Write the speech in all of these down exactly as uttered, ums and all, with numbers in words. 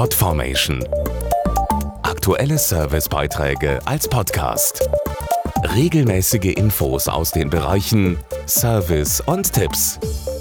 Podformation. Aktuelle Servicebeiträge als Podcast. Regelmäßige Infos aus den Bereichen Service und Tipps.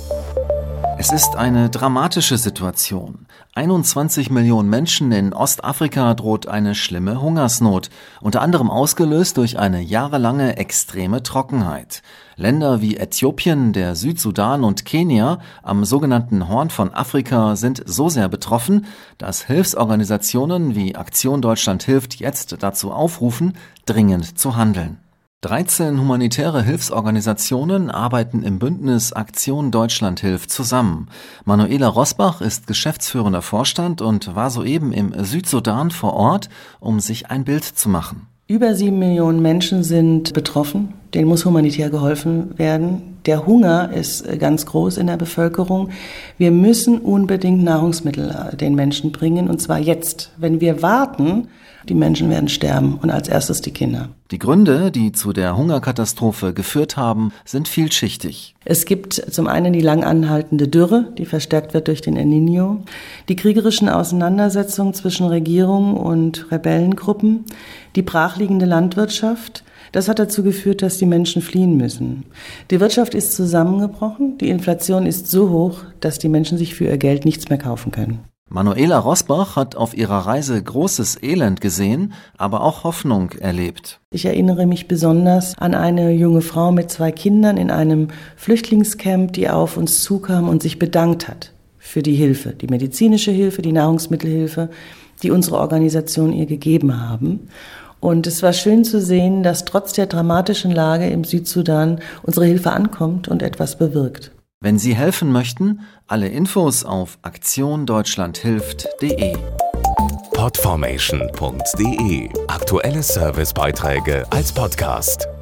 Es ist eine dramatische Situation. einundzwanzig Millionen Menschen in Ostafrika droht eine schlimme Hungersnot, unter anderem ausgelöst durch eine jahrelange extreme Trockenheit. Länder wie Äthiopien, der Südsudan und Kenia am sogenannten Horn von Afrika sind so sehr betroffen, dass Hilfsorganisationen wie Aktion Deutschland hilft jetzt dazu aufrufen, dringend zu handeln. dreizehn humanitäre Hilfsorganisationen arbeiten im Bündnis Aktion Deutschland hilft zusammen. Manuela Rosbach ist geschäftsführender Vorstand und war soeben im Südsudan vor Ort, um sich ein Bild zu machen. Über sieben Millionen Menschen sind betroffen, denen muss humanitär geholfen werden. Der Hunger ist ganz groß in der Bevölkerung. Wir müssen unbedingt Nahrungsmittel den Menschen bringen, und zwar jetzt. Wenn wir warten, die Menschen werden sterben und als erstes die Kinder. Die Gründe, die zu der Hungerkatastrophe geführt haben, sind vielschichtig. Es gibt zum einen die lang anhaltende Dürre, die verstärkt wird durch den El Niño, die kriegerischen Auseinandersetzungen zwischen Regierung und Rebellengruppen, die brachliegende Landwirtschaft. Das hat dazu geführt, dass die Menschen fliehen müssen. Die Wirtschaft ist zusammengebrochen, die Inflation ist so hoch, dass die Menschen sich für ihr Geld nichts mehr kaufen können. Manuela Rosbach hat auf ihrer Reise großes Elend gesehen, aber auch Hoffnung erlebt. Ich erinnere mich besonders an eine junge Frau mit zwei Kindern in einem Flüchtlingscamp, die auf uns zukam und sich bedankt hat für die Hilfe, die medizinische Hilfe, die Nahrungsmittelhilfe, die unsere Organisation ihr gegeben haben. Und es war schön zu sehen, dass trotz der dramatischen Lage im Südsudan unsere Hilfe ankommt und etwas bewirkt. Wenn Sie helfen möchten, alle Infos auf aktion deutschland hilft punkt de. Podformation punkt de. Aktuelle Servicebeiträge als Podcast.